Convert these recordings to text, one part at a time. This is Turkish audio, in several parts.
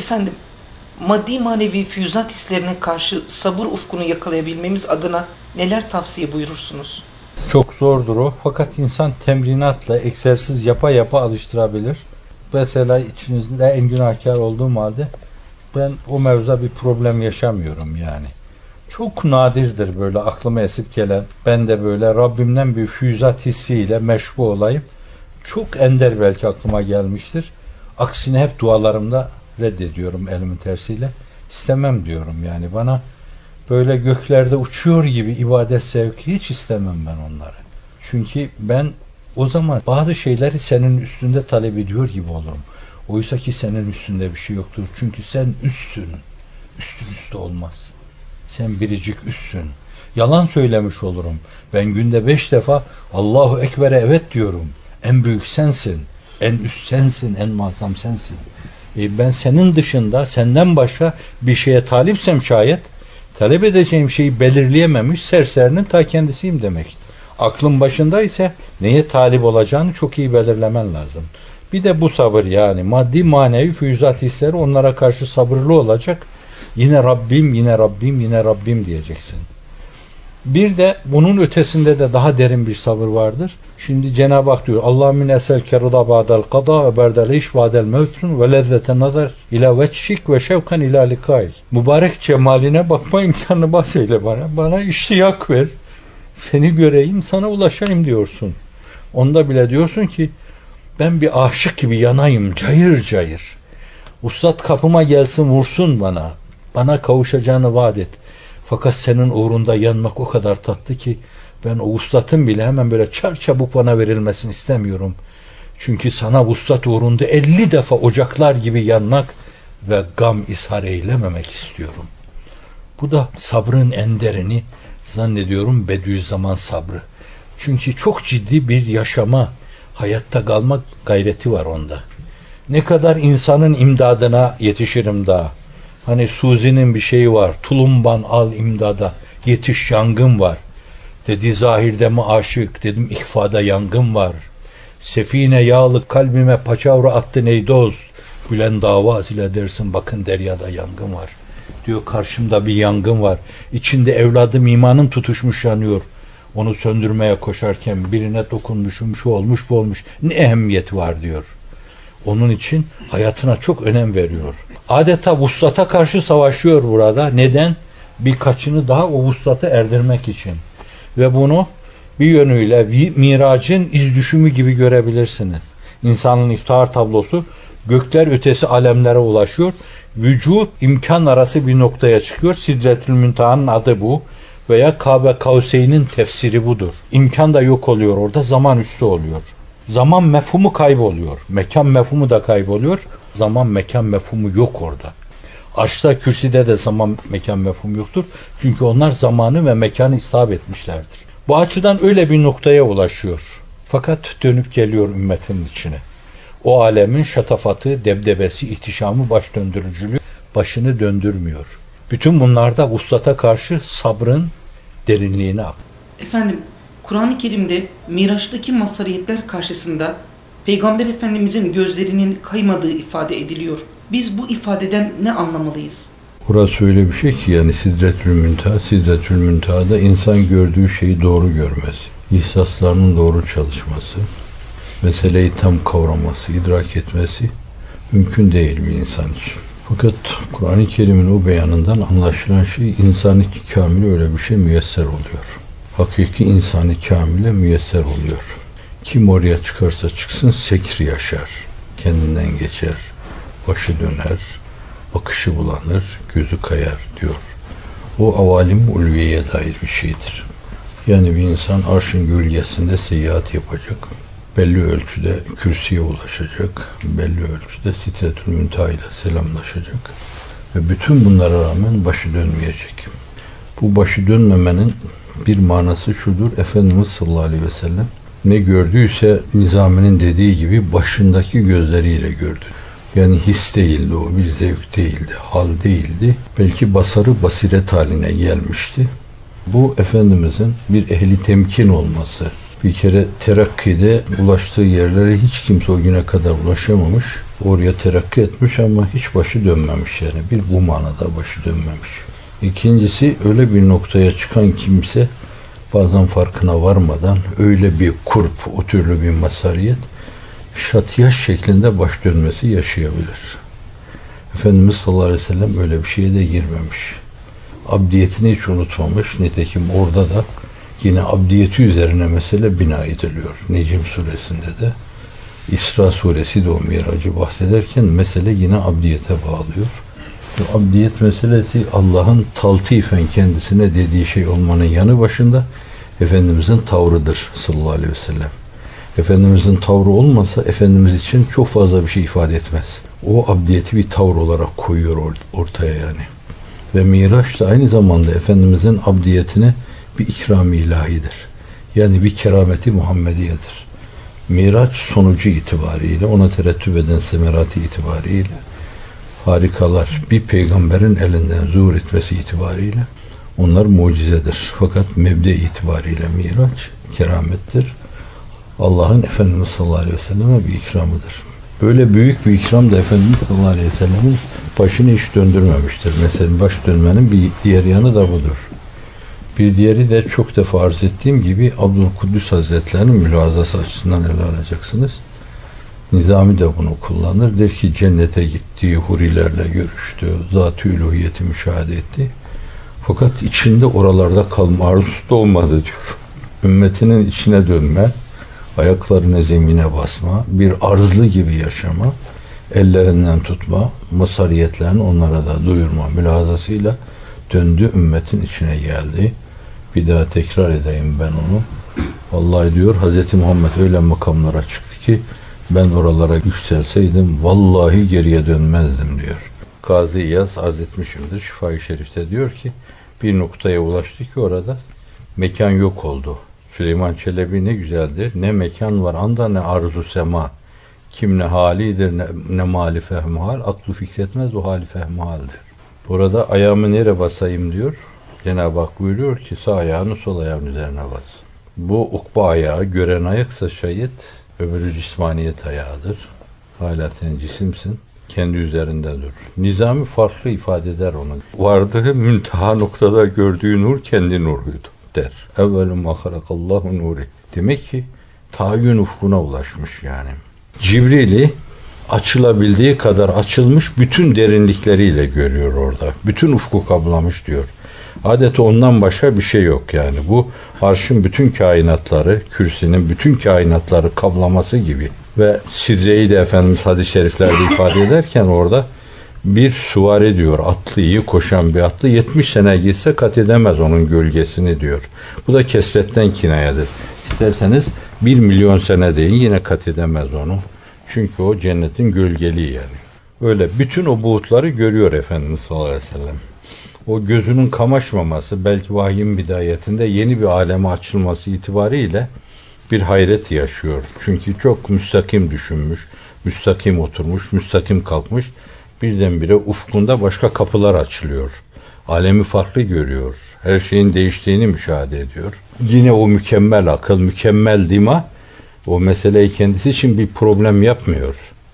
Efendim, maddi manevi füyüzat hislerine karşı sabır ufkunu yakalayabilmemiz adına neler tavsiye buyurursunuz? Çok zordur o. Fakat insan temrinatla, egzersiz yapa yapa alıştırabilir. Mesela içinizde en günahkar olduğum halde ben o mevzuda bir problem yaşamıyorum yani. Çok nadirdir böyle aklıma esip gelen, ben de böyle Rabbimden bir füyüzat hissiyle meşbu olayım. Çok ender belki aklıma gelmiştir. Aksine hep dualarımda reddediyorum elimin tersiyle. İstemem diyorum yani, bana böyle göklerde uçuyor gibi ibadet zevki hiç istemem ben onları. Çünkü ben o zaman bazı şeyleri senin üstünde talep ediyor gibi olurum. Oysa ki senin üstünde bir şey yoktur. Çünkü sen üstsün. Üstün üstü olmaz. Sen biricik üstsün. Yalan söylemiş olurum. Ben günde 5 defa Allahu Ekber'e evet diyorum. En büyük sensin. En üst sensin. En muazzam sensin. Ben senin dışında, senden başka bir şeye talipsem şayet, talep edeceğim şeyi belirleyememiş serserinin ta kendisiyim demek. Aklın başında ise neye talip olacağını çok iyi belirlemen lazım. Bir de bu sabır, yani maddi manevi füyüzat hisleri, onlara karşı sabırlı olacak. Yine Rabbim, yine Rabbim, yine Rabbim diyeceksin. Bir de bunun ötesinde de daha derin bir sabır vardır. Şimdi Cenab-ı Hak diyor: Allahümme eselke rıda ba'del kada ve berdel iş ba'del mevtun ve lezzete nazar ila veçşik ve şevkan ila likay. Mübarek cemaline bakma imkanını bahseyle bana. Bana iştiyak ver. Seni göreyim, sana ulaşayım diyorsun. Onda bile diyorsun ki ben bir aşık gibi yanayım cayır cayır. Ustad kapıma gelsin, vursun bana. Bana kavuşacağını vaat et. Fakat senin uğrunda yanmak o kadar tatlı ki ben o vuslatın bile hemen böyle çarçabuk bana verilmesini istemiyorum. Çünkü sana vuslat uğrunda 50 defa ocaklar gibi yanmak ve gam ishar eylememek istiyorum. Bu da sabrın en derini zannediyorum Bediüzzaman sabrı. Çünkü çok ciddi bir yaşama, hayatta kalmak gayreti var onda. Ne kadar insanın imdadına yetişirim daha. Hani Suzi'nin bir şeyi var. Tulumban al imdada, yetiş yangın var. Dedi zahirde mi aşık, dedim ihfada yangın var. Sefine yağlı kalbime paçavra attın ey dost. Gülen davaz ile dersin bakın deryada yangın var. Diyor karşımda bir yangın var. İçinde evladım imanım tutuşmuş yanıyor. Onu söndürmeye koşarken birine dokunmuşum, şu olmuş bu olmuş. Ne ehemmiyeti var diyor. Onun için hayatına çok önem veriyor. Adeta vuslata karşı savaşıyor burada. Neden? Birkaçını daha o vuslata erdirmek için. Ve bunu bir yönüyle Mirac'ın iz düşümü gibi görebilirsiniz. İnsanın iftihar tablosu gökler ötesi alemlere ulaşıyor. Vücut imkan arası bir noktaya çıkıyor. Sidretül Münteha'nın adı bu. Veya Kabe Kavseyn'in tefsiri budur. İmkan da yok oluyor orada, zaman üstü oluyor. Zaman mefhumu kayboluyor. Mekan mefhumu da kayboluyor. Zaman mekan mefhumu yok orada. Arşta, kürsüde de zaman mekan mefhumu yoktur. Çünkü onlar zamanı ve mekanı ishab etmişlerdir. Bu açıdan öyle bir noktaya ulaşıyor. Fakat dönüp geliyor ümmetin içine. O alemin şatafatı, debdebesi, ihtişamı, baş döndürücülüğü başını döndürmüyor. Bütün bunlarda vuslata karşı sabrın derinliğine ak. Efendim, Kur'an-ı Kerim'de Miraç'taki mazhariyetler karşısında Peygamber Efendimizin gözlerinin kaymadığı ifade ediliyor. Biz bu ifadeden ne anlamalıyız? Burası öyle bir şey ki yani Sidretül Münteha, Sidretül Münteha'da insan gördüğü şeyi doğru görmesi, ihsaslarının doğru çalışması, meseleyi tam kavraması, idrak etmesi mümkün değil bir insan için. Fakat Kur'an-ı Kerim'in o beyanından anlaşılan şey insani kamile öyle bir şey müyesser oluyor. Hakiki insani kamile müyesser oluyor. Kim oraya çıkarsa çıksın sekir yaşar, kendinden geçer, başı döner, bakışı bulanır, gözü kayar diyor. O avalim ulviyeye dair bir şeydir. Yani bir insan arşın gölgesinde seyahat yapacak, belli ölçüde kürsüye ulaşacak, belli ölçüde Sidretül Münteha ile selamlaşacak ve bütün bunlara rağmen başı dönmeyecek. Bu başı dönmemenin bir manası şudur: Efendimiz sallallahu aleyhi ve sellem ne gördüyse Nizami'nin dediği gibi başındaki gözleriyle gördü. Yani his değildi o, bir zevk değildi, hal değildi. Belki basarı basiret haline gelmişti. Bu Efendimizin bir ehli temkin olması. Bir kere terakkide ulaştığı yerlere hiç kimse o güne kadar ulaşamamış. Oraya terakki etmiş ama hiç başı dönmemiş yani. Bir bu manada başı dönmemiş. İkincisi, öyle bir noktaya çıkan kimse bazen farkına varmadan öyle bir kurp, o türlü bir mazhariyet şatiyaş şeklinde baş dönmesi yaşayabilir. Efendimiz sallallahu aleyhi ve sellem öyle bir şeye de girmemiş. Abdiyetini hiç unutmamış. Nitekim orada da yine abdiyeti üzerine mesele bina ediliyor. Necm suresinde de, İsra suresi de o miracı bahsederken mesele yine abdiyete bağlıyor. Bu abdiyet meselesi Allah'ın taltifen kendisine dediği şey olmanın yanı başında Efendimizin tavrıdır sallallahu aleyhi ve sellem. Efendimizin tavrı olmasa Efendimiz için çok fazla bir şey ifade etmez. O abdiyeti bir tavır olarak koyuyor ortaya yani. Ve Miraç da aynı zamanda Efendimizin abdiyetine bir ikram-ı ilahidir. Yani bir kerameti Muhammediyedir. Miraç sonucu itibariyle, ona terettüp eden semerati itibariyle harikalar, bir peygamberin elinden zuhur etmesi itibariyle onlar mucizedir. Fakat mebde itibariyle Miraç keramettir. Allah'ın Efendimiz sallallahu aleyhi ve selleme bir ikramıdır. Böyle büyük bir ikram da Efendimiz sallallahu aleyhi ve sellemin başını hiç döndürmemiştir. Mesela baş dönmenin bir diğer yanı da budur. Bir diğeri de çok defa arz ettiğim gibi Abdülkuddüs Hazretleri'nin mülazası açısından ele alacaksınız. Nizami de bunu kullanır. Der ki cennete gitti, hurilerle görüştü, zat-ı üluhiyeti müşahede etti. Fakat içinde oralarda kalma arzusu da olmadı diyor. Ümmetinin içine dönme, ayaklarını zemine basma, bir arzlı gibi yaşama, ellerinden tutma, masariyetlerini onlara da duyurma mülazasıyla döndü, ümmetin içine geldi. Bir daha tekrar edeyim ben onu. Vallahi diyor Hz. Muhammed öyle makamlara çıktı ki ben oralara yükselseydim vallahi geriye dönmezdim diyor. Gazi İyaz arz etmişimdir Şifa-i Şerif'te, diyor ki bir noktaya ulaştı ki orada mekan yok oldu. Süleyman Çelebi ne güzeldir. Ne mekan var anda ne arzu sema. Kim ne halidir ne mali fehmuhal. Aklı fikretmez o hali fehmuhaldir. Burada ayağımı nereye basayım diyor. Cenab-ı Hak buyuruyor ki sağ ayağını sol ayağın üzerine bas. Bu ukba ayağı, gören ayaksa şayet öbürü cismaniyet ayağıdır. Hala sen cisimsin. Kendi üzerinde dur. Nizami farklı ifade eder onu. Vardığı münteha noktada gördüğü nur kendi nuruydu der. Evvelü ma halakallahu nuri. Demek ki tayin ufkuna ulaşmış yani. Cibril'i açılabildiği kadar açılmış, bütün derinlikleriyle görüyor orada. Bütün ufku kaplamış diyor. Adeta ondan başka bir şey yok yani. Bu arşın bütün kainatları, kürsinin bütün kainatları kaplaması gibi. Ve Sidre'yi de Efendimiz hadis-i şeriflerde ifade ederken orada bir süvari diyor, atlı iyi koşan bir atlı 70 sene gitse kat edemez onun gölgesini diyor. Bu da kesretten kinayedir. İsterseniz 1 milyon sene deyin yine kat edemez onu. Çünkü o cennetin gölgeliği yani. Öyle bütün o buğutları görüyor Efendimiz sallallahu aleyhi ve sellem. O gözünün kamaşmaması belki vahyin bidayetinde yeni bir aleme açılması itibariyle bir hayret yaşıyor. Çünkü çok müstakim düşünmüş, müstakim oturmuş, müstakim kalkmış. Birdenbire ufkunda başka kapılar açılıyor. Alemi farklı görüyor. Her şeyin değiştiğini müşahede ediyor. Yine o mükemmel akıl, mükemmel dima o meseleyi kendisi için bir problem yapmıyor.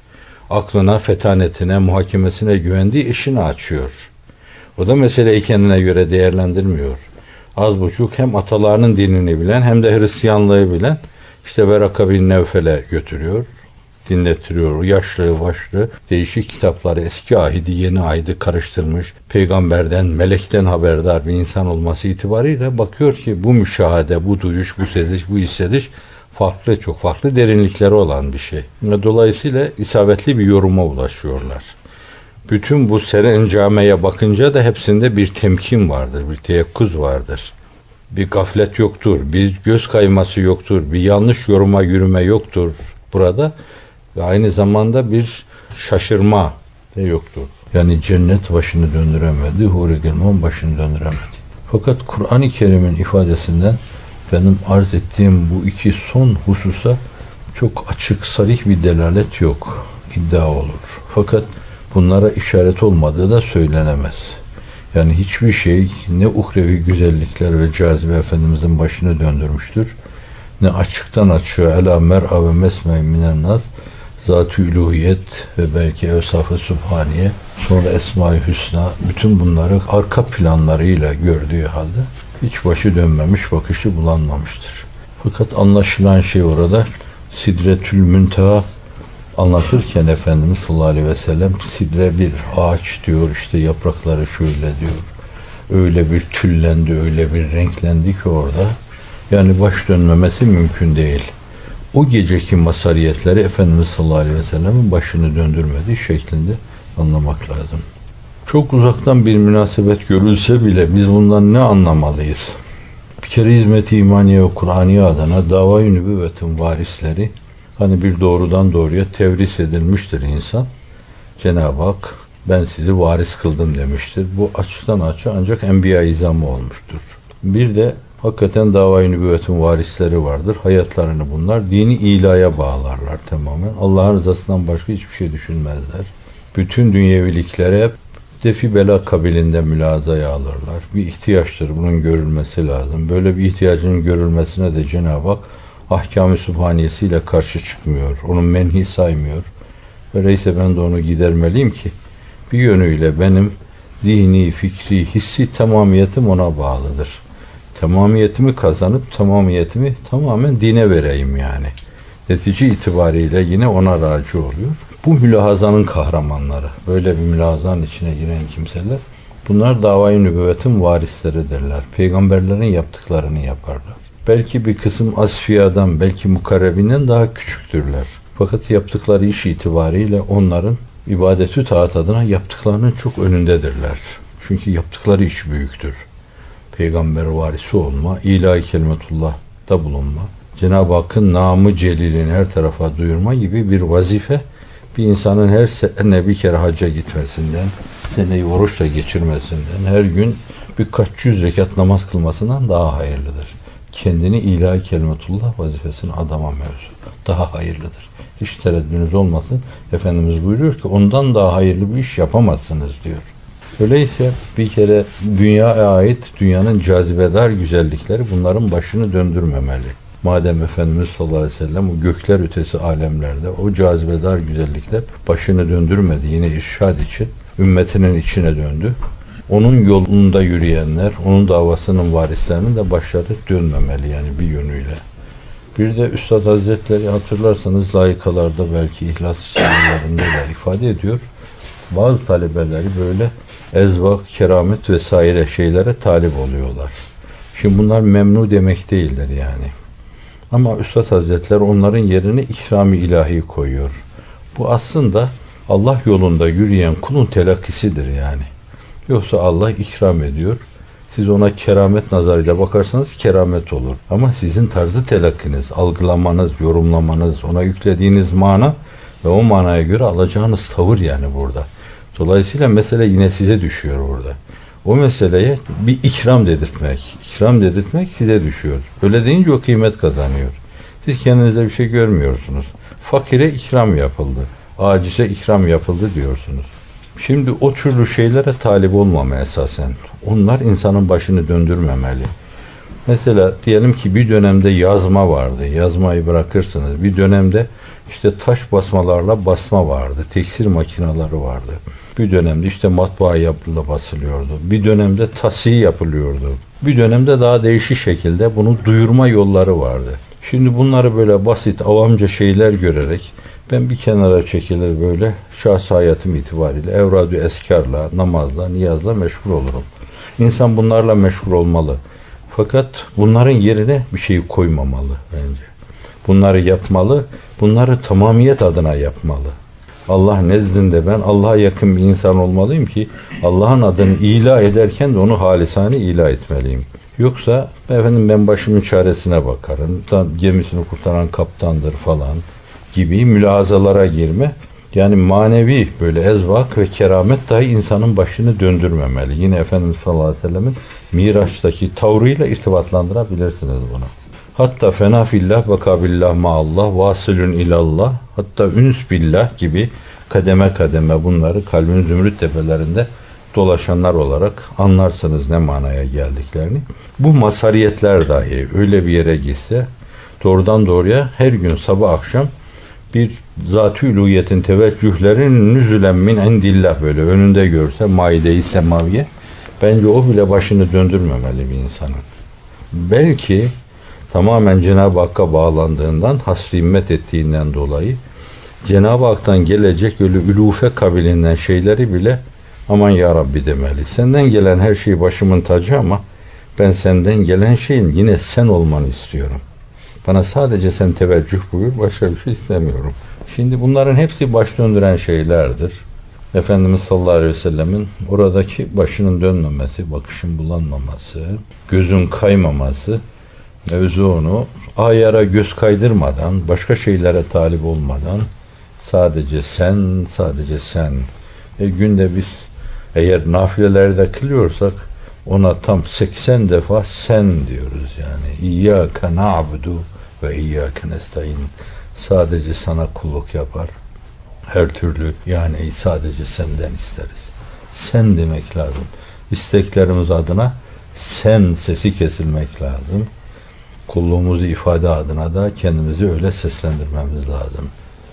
Aklına, fetanetine, muhakemesine güvendiği eşini açıyor. O da meseleyi kendine göre değerlendirmiyor. Az buçuk hem atalarının dinini bilen hem de Hristiyanlığı bilen işte Veraka bin Nevfel'e götürüyor. Dinlettiriyor. Yaşlı başlı değişik kitapları eski ahidi yeni ahidi karıştırmış. Peygamberden, melekten haberdar bir insan olması itibariyle bakıyor ki bu müşahede, bu duyuş, bu seziş, bu hissediş farklı, çok farklı derinlikleri olan bir şey. Ve dolayısıyla isabetli bir yoruma ulaşıyorlar. Bütün bu serencameye bakınca da hepsinde bir temkin vardır, bir teyakkuz vardır. Bir gaflet yoktur, bir göz kayması yoktur, bir yanlış yoruma yürüme yoktur burada. Ve aynı zamanda bir şaşırma da yoktur. Yani cennet başını döndüremedi, huri gelman başını döndüremedi. Fakat Kur'an-ı Kerim'in ifadesinden benim arz ettiğim bu iki son hususa çok açık, sarih bir delalet yok, iddia olur. Fakat bunlara işaret olmadığı da söylenemez. Yani hiçbir şey ne uhrevi güzellikler ve cazibe Efendimizin başını döndürmüştür, ne açıktan açığa ela mer'a ve mesme minen nas Zat-ı Üluhiyet ve belki Evsaf-ı Sübhaniye, sonra Esma-i Hüsna, bütün bunları arka planlarıyla gördüğü halde hiç başı dönmemiş, bakışı bulanmamıştır. Fakat anlaşılan şey orada Sidretül Münteha anlatırken Efendimiz sallallahu aleyhi ve sellem sidre bir ağaç diyor, işte yaprakları şöyle diyor. Öyle bir tüllendi, öyle bir renklendi ki orada. Yani baş dönmemesi mümkün değil. O geceki masariyetleri Efendimiz sallallahu aleyhi ve sellem'in başını döndürmediği şeklinde anlamak lazım. Çok uzaktan bir münasebet görülse bile biz bundan ne anlamalıyız? Bir kere hizmet-i imaniye ve Kur'aniye adına dava-i nübüvvetin varisleri, hani bir doğrudan doğruya tevris edilmiştir insan. Cenab-ı Hak ben sizi varis kıldım demiştir. Bu açıktan açığa ancak Enbiya-i İzamı olmuştur. Bir de hakikaten dava-i nübüvvetin varisleri vardır. Hayatlarını bunlar dini ilaya bağlarlar tamamen. Allah'ın rızasından başka hiçbir şey düşünmezler. Bütün dünyevilikleri hep defi bela kabilində mülazaya alırlar. Bir ihtiyaçtır, bunun görülmesi lazım. Böyle bir ihtiyacın görülmesine de Cenab-ı Hak ahkam-ı sübhaniyesiyle karşı çıkmıyor. Onun menhi saymıyor. Öyleyse ben de onu gidermeliyim ki bir yönüyle benim zihni, fikri, hissi tamamiyetim ona bağlıdır. Tamamiyetimi kazanıp tamamiyetimi tamamen dine vereyim yani. Netice itibariyle yine ona raci oluyor. Bu mülahazanın kahramanları, böyle bir mülahazanın içine giren kimseler, bunlar dava-i nübüvvetin varisleridirler. Peygamberlerin yaptıklarını yaparlar. Belki bir kısım asfiyadan, belki mukarrebinden daha küçüktürler. Fakat yaptıkları iş itibariyle onların ibadetü taat adına yaptıklarının çok önündedirler. Çünkü yaptıkları iş büyüktür. Peygamber varisi olma, ilahi kelimetullah'ta bulunma, Cenab-ı Hakk'ın namı celilini her tarafa duyurma gibi bir vazife, bir insanın her sene bir kere hacca gitmesinden, seneyi oruçla geçirmesinden, her gün birkaç yüz rekat namaz kılmasından daha hayırlıdır. Kendini ilahi kelimetullah vazifesine adama mevzu. Daha hayırlıdır. Hiç tereddünüz olmasın. Efendimiz buyuruyor ki ondan daha hayırlı bir iş yapamazsınız diyor. Öyleyse bir kere dünyaya ait dünyanın cazibedar güzellikleri bunların başını döndürmemeli. Madem Efendimiz sallallahu aleyhi ve sellem o gökler ötesi alemlerde o cazibedar güzellikler başını döndürmedi yine irşad için, ümmetinin içine döndü. Onun yolunda yürüyenler, onun davasının varislerinin de başları dönmemeli yani bir yönüyle. Bir de Üstad Hazretleri hatırlarsanız zayikalarda belki ihlas şiirlerinde de ifade ediyor. Bazı talebeleri böyle ezvak, keramet vesaire şeylere talip oluyorlar. Şimdi bunlar memnu demek değildir yani. Ama Üstad Hazretleri onların yerine ikram-ı ilahi koyuyor. Bu aslında Allah yolunda yürüyen kulun telakkisidir yani. Yoksa Allah ikram ediyor. Siz ona keramet nazarıyla bakarsanız keramet olur. Ama sizin tarzı telakkiniz, algılamanız, yorumlamanız, ona yüklediğiniz mana ve o manaya göre alacağınız tavır yani burada. Dolayısıyla mesele yine size düşüyor burada. O meseleye bir ikram dedirtmek. İkram dedirtmek size düşüyor. Öyle deyince o kıymet kazanıyor. Siz kendinize bir şey görmüyorsunuz. Fakire ikram yapıldı. Acize ikram yapıldı diyorsunuz. Şimdi o türlü şeylere talip olmama esasen. Onlar insanın başını döndürmemeli. Mesela diyelim ki bir dönemde yazma vardı. Yazmayı bırakırsınız. Bir dönemde işte taş basmalarla basma vardı. Tekstil makineleri vardı. Bir dönemde işte matbaa yapıyla basılıyordu. Bir dönemde tasih yapılıyordu. Bir dönemde daha değişik şekilde bunu duyurma yolları vardı. Şimdi bunları böyle basit, avamca şeyler görerek ben bir kenara çekilir böyle şahsi hayatım itibariyle evrad-ı eskarla, namazla, niyazla meşgul olurum. İnsan bunlarla meşgul olmalı. Fakat bunların yerine bir şeyi koymamalı bence. Bunları yapmalı, bunları tamamiyet adına yapmalı. Allah nezdinde ben Allah'a yakın bir insan olmalıyım ki Allah'ın adını ilah ederken de onu halisane ilah etmeliyim. Yoksa efendim ben başımın çaresine bakarım, gemisini kurtaran kaptandır falan gibi mülazalara girme. Yani manevi böyle ezvak ve keramet dahi insanın başını döndürmemeli. Yine Efendimiz sallallahu aleyhi ve sellemin Miraç'taki tavrıyla irtibatlandırabilirsiniz bunu. Hatta fena fillah ve kabillah maallah vasılün ilallah hatta üns billah gibi kademe kademe bunları kalbin zümrüt tepelerinde dolaşanlar olarak anlarsınız ne manaya geldiklerini. Bu masariyetler dahi öyle bir yere gitse doğrudan doğruya her gün sabah akşam bir zat-ı üluhiyetin teveccühlerin nüzülen min indillah böyle önünde görse Maide-i Semaviye, bence o bile başını döndürmemeli bir insanın. Belki tamamen Cenab-ı Hakk'a bağlandığından, hasr-ı himmet ettiğinden dolayı Cenab-ı Hak'tan gelecek öyle ülufe kabilinden şeyleri bile aman ya Rabbi demeli. Senden gelen her şey başımın tacı ama ben senden gelen şeyin yine sen olmanı istiyorum. Bana sadece sen teveccüh buyur, başka bir şey istemiyorum. Şimdi bunların hepsi baş döndüren şeylerdir. Efendimiz sallallahu aleyhi ve sellemin oradaki başının dönmemesi, bakışın bulanmaması, gözün kaymaması, mevzu onu ayara göz kaydırmadan, başka şeylere talip olmadan sadece sen, sadece sen. Günde biz eğer nafilelerde kılıyorsak ona tam 80 defa sen diyoruz yani. İyyâke na'budu ve iyyâke nestaîn. Sadece sana kulluk yapar. Her türlü yani sadece senden isteriz. Sen demek lazım. İsteklerimiz adına sen sesi kesilmek lazım. Kulluğumuzu ifade adına da kendimizi öyle seslendirmemiz lazım.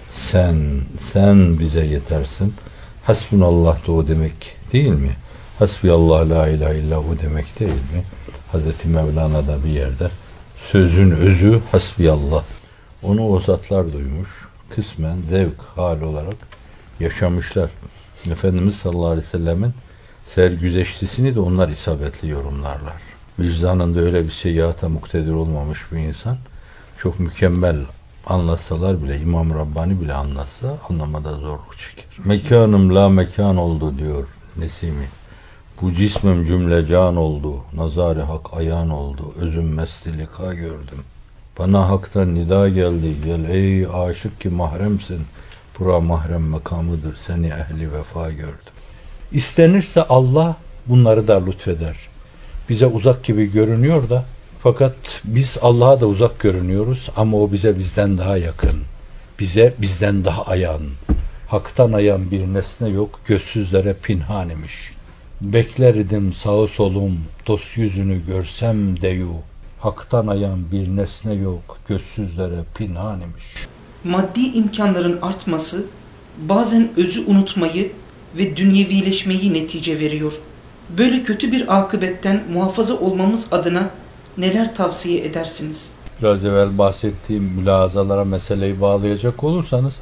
Sen bize yetersin. Hasbunallah da o demek değil mi? Hasbiyallah la ilahe illa o demek değil mi? Hazreti Mevlana da bir yerde sözün özü hasbiyallah. Onu o zatlar duymuş. Kısmen zevk hal olarak yaşamışlar. Efendimiz sallallahu aleyhi ve sellemin sergüzeştisini de onlar isabetli yorumlarlar. Vicdanında öyle bir seyyahata muktedir olmamış bir insan çok mükemmel anlatsalar bile, İmam Rabbani bile anlatsa anlamada zorluk çeker. Mekanım la mekan oldu diyor Nesimi. Bu cismim cümle can oldu, nazar-ı hak ayan oldu, özüm mesti lika gördüm. Bana haktan nida geldi, gel ey aşık ki mahremsin, bura mahrem makamıdır, seni ehli vefa gördüm. İstenirse Allah bunları da lütfeder. Bize uzak gibi görünüyor da, fakat biz Allah'a da uzak görünüyoruz ama o bize bizden daha yakın. Bize bizden daha ayan. Haktan ayan bir nesne yok, gözsüzlere pinhan imiş. Bekler idim sağı solum, dost yüzünü görsem deyu. Haktan ayan bir nesne yok, gözsüzlere pinhan imiş. Maddi imkanların artması bazen özü unutmayı ve dünyevileşmeyi netice veriyor. Böyle kötü bir akıbetten muhafaza olmamız adına neler tavsiye edersiniz? Biraz evvel bahsettiğim mülahazalara meseleyi bağlayacak olursanız,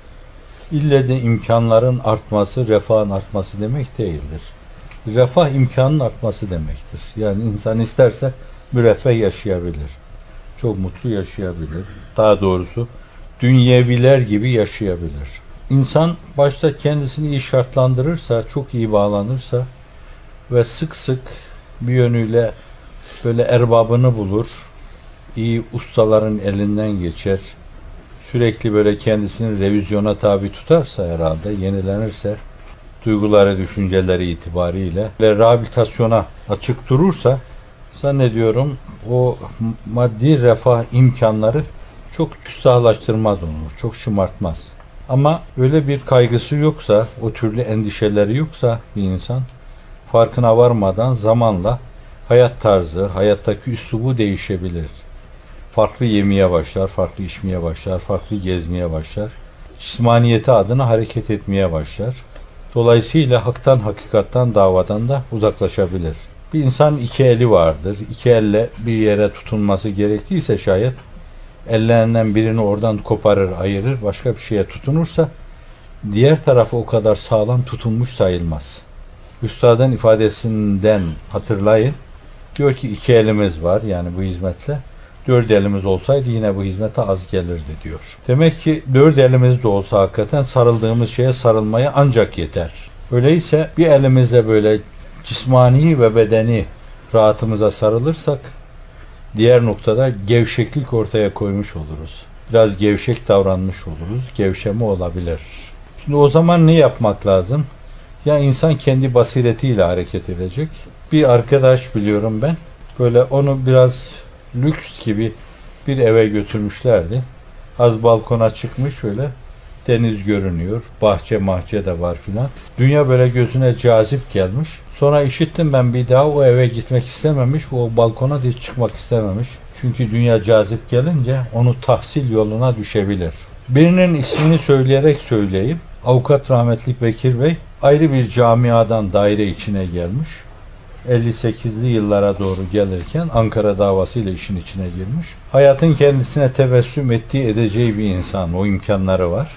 ille de imkanların artması, refahın artması demek değildir. Refah imkanın artması demektir. Yani insan isterse müreffeh yaşayabilir. Çok mutlu yaşayabilir. Daha doğrusu dünyeviler gibi yaşayabilir. İnsan başta kendisini iyi şartlandırırsa, çok iyi bağlanırsa ve sık sık bir yönüyle böyle erbabını bulur, iyi ustaların elinden geçer, sürekli böyle kendisini revizyona tabi tutarsa herhalde, yenilenirse, duyguları, düşünceleri itibariyle ve rehabilitasyona açık durursa, zannediyorum o maddi refah imkanları çok küstahlaştırmaz onu, çok şımartmaz. Ama öyle bir kaygısı yoksa, o türlü endişeleri yoksa bir insan farkına varmadan zamanla hayat tarzı, hayattaki üslubu değişebilir. Farklı yemeye başlar, farklı içmeye başlar, farklı gezmeye başlar. Cismaniyeti adına hareket etmeye başlar. Dolayısıyla haktan, hakikattan, davadan da uzaklaşabilir. Bir insanın iki eli vardır. İki elle bir yere tutunması gerektiyse şayet, ellerinden birini oradan koparır, ayırır, başka bir şeye tutunursa, diğer tarafı o kadar sağlam tutunmuş sayılmaz. Üstadın ifadesinden hatırlayın. Diyor ki iki elimiz var yani bu hizmetle. 4 elimiz olsaydı yine bu hizmete az gelirdi diyor. Demek ki 4 elimiz de olsa hakikaten sarıldığımız şeye sarılmaya ancak yeter. Öyleyse bir elimizle böyle cismani ve bedeni rahatımıza sarılırsak diğer noktada gevşeklik ortaya koymuş oluruz. Biraz gevşek davranmış oluruz. Gevşeme olabilir. Şimdi o zaman ne yapmak lazım? Ya insan kendi basiretiyle hareket edecek. Bir arkadaş biliyorum ben. Böyle onu biraz lüks gibi bir eve götürmüşlerdi. Az balkona çıkmış şöyle. Deniz görünüyor. Bahçe mahçe de var filan. Dünya böyle gözüne cazip gelmiş. Sonra işittim ben bir daha o eve gitmek istememiş. O balkona hiç çıkmak istememiş. Çünkü dünya cazip gelince onu tahsil yoluna düşebilir. Birinin ismini söyleyeyim. Avukat rahmetli Bekir Bey ayrı bir camiadan daire içine gelmiş. 58'li yıllara doğru gelirken Ankara davasıyla işin içine girmiş. Hayatın kendisine tebessüm edeceği bir insan. O imkanları var.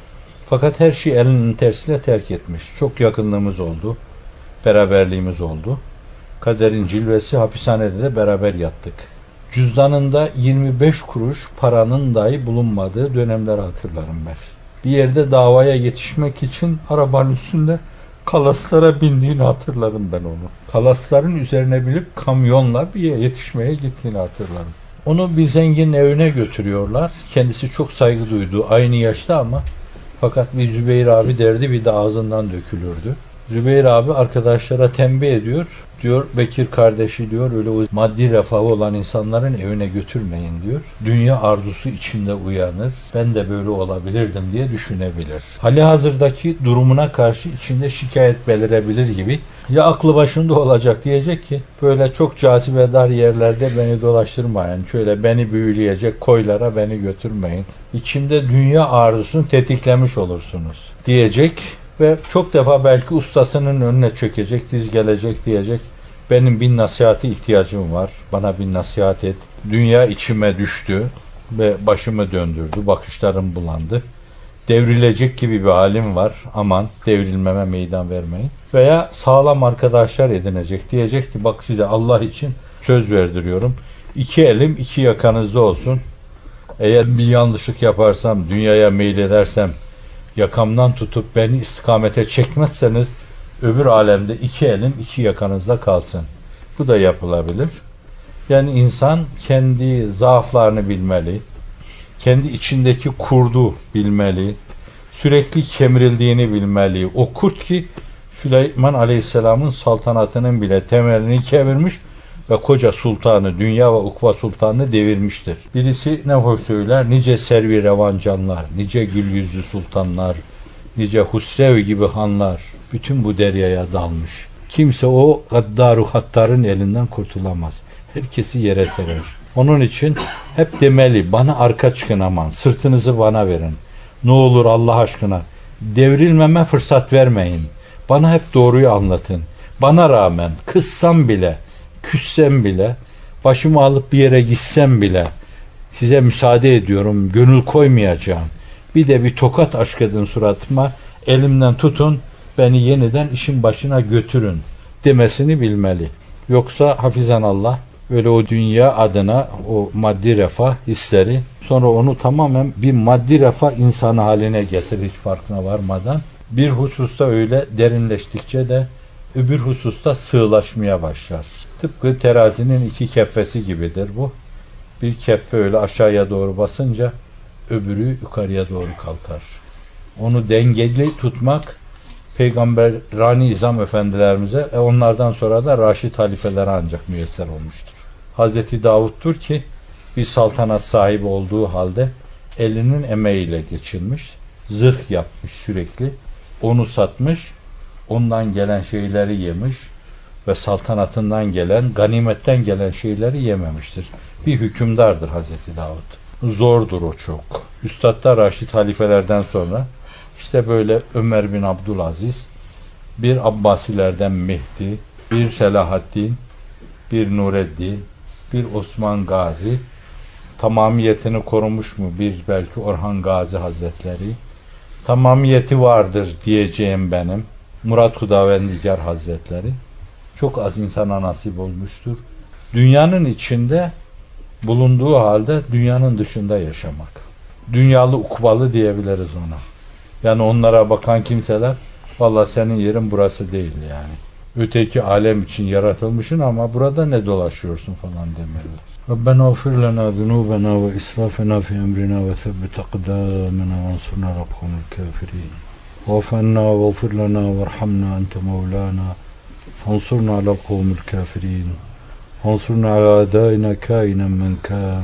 Fakat her şeyi elinin tersiyle terk etmiş. Çok yakınlığımız oldu. Beraberliğimiz oldu. Kaderin cilvesi, hapishanede de beraber yattık. Cüzdanında 25 kuruş paranın dahi bulunmadığı dönemleri hatırlarım ben. Bir yerde davaya yetişmek için arabanın üstünde kalaslara bindiğini hatırlarım ben onu. Kalasların üzerine binip kamyonla bir yere yetişmeye gittiğini hatırlarım. Onu bir zengin evine götürüyorlar. Kendisi çok saygı duydu. Aynı yaşta ama fakat bir Zübeyir abi derdi bir de ağzından dökülürdü. Zübeyir abi arkadaşlara tembih ediyor. Diyor Bekir kardeşi diyor öyle o maddi refahı olan insanların evine götürmeyin diyor. Dünya arzusu içinde uyanır. Ben de böyle olabilirdim diye düşünebilir. Halihazırdaki durumuna karşı içinde şikayet belirebilir gibi. Ya aklı başında olacak diyecek ki böyle çok cazibedar yerlerde beni dolaştırmayın. Şöyle beni büyüleyecek koylara beni götürmeyin. İçimde dünya arzusunu tetiklemiş olursunuz diyecek. Ve çok defa belki ustasının önüne çökecek, diz gelecek diyecek. Benim bir nasihate ihtiyacım var. Bana bir nasihat et. Dünya içime düştü ve başımı döndürdü. Bakışlarım bulandı. Devrilecek gibi bir halim var. Aman devrilmeme meydan vermeyin. Veya sağlam arkadaşlar edinecek. Diyecek ki bak size Allah için söz verdiriyorum. 2 elim 2 yakanızda olsun. Eğer bir yanlışlık yaparsam, dünyaya meyledersem, yakamdan tutup beni istikamete çekmezseniz öbür alemde 2 elim 2 yakanızda kalsın. Bu da yapılabilir. Yani insan kendi zaaflarını bilmeli. Kendi içindeki kurdu bilmeli. Sürekli kemirildiğini bilmeli. O kurt ki Süleyman Aleyhisselam'ın saltanatının bile temelini kemirmiş ve koca sultanı, dünya ve ukva sultanını devirmiştir. Birisi ne hoş söyler, nice servi revancanlar, nice gül yüzlü sultanlar, nice Husrev gibi hanlar, bütün bu deryaya dalmış. Kimse o gaddaru hattarın elinden kurtulamaz. Herkesi yere serer. Onun için hep demeli, bana arka çıkın aman, sırtınızı bana verin. Ne olur Allah aşkına, devrilmeme fırsat vermeyin. Bana hep doğruyu anlatın. Bana rağmen kızsam bile, küssem bile, başımı alıp bir yere gitsem bile size müsaade ediyorum, gönül koymayacağım. Bir de bir tokat aşkedin suratıma, elimden tutun, beni yeniden işin başına götürün demesini bilmeli. Yoksa hafizanallah öyle o dünya adına o maddi refah hisleri sonra onu tamamen bir maddi refah insanı haline getirir hiç farkına varmadan. Bir hususta öyle derinleştikçe de öbür hususta sığlaşmaya başlar. Tıpkı terazinin 2 keffesi gibidir bu. Bir keffe öyle aşağıya doğru basınca öbürü yukarıya doğru kalkar. Onu dengeli tutmak Peygamber Rani İzam efendilerimize onlardan sonra da Raşid halifelere ancak müyesser olmuştur. Hazreti Davud'dur ki bir saltanat sahibi olduğu halde elinin emeğiyle geçirmiş, zırh yapmış sürekli, onu satmış, ondan gelen şeyleri yemiş ve saltanatından gelen, ganimetten gelen şeyleri yememiştir. Bir hükümdardır Hazreti Davud. Zordur o çok. Üstadlar Raşid halifelerden sonra işte böyle Ömer bin Abdülaziz, bir Abbasilerden Mehdi, bir Selahaddin, bir Nureddin, bir Osman Gazi, tamamiyetini korumuş mu bir belki Orhan Gazi Hazretleri, tamamiyeti vardır diyeceğim benim Murat Hudavendigar Hazretleri. Çok az insana nasip olmuştur. Dünyanın içinde bulunduğu halde dünyanın dışında yaşamak. Dünyalı ukvalı diyebiliriz ona. Yani onlara bakan kimseler vallahi senin yerin burası değil yani. Öteki alem için yaratılmışsın ama burada ne dolaşıyorsun falan demeliler. Rabbena ufir lana zunubena ve israfena fi emrina ve thabbit akdamena ve ansurna ala kavmil kafirin. Va'fu anna ve ufir lana ve erhamna ente mevlana fansurna ala kavmil kafirin. Fansurna ala adaina kainen men kan.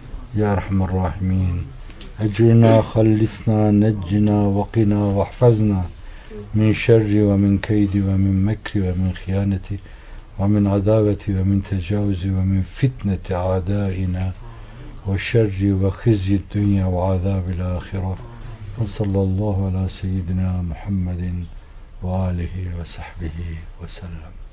Ya Erhamer Rahimin. Ecrina, hallisna, neccina, vakina, vahfazna min şerri ve min keydi ve min mekri ve min hıyaneti ve min adaveti ve min tecavüzi ve min fitneti adaina ve şerri ve hizyi dünya ve azabil ahire. Ve sallallahu ala seyyidina Muhammedin ve alihi ve sahbihi ve sellem.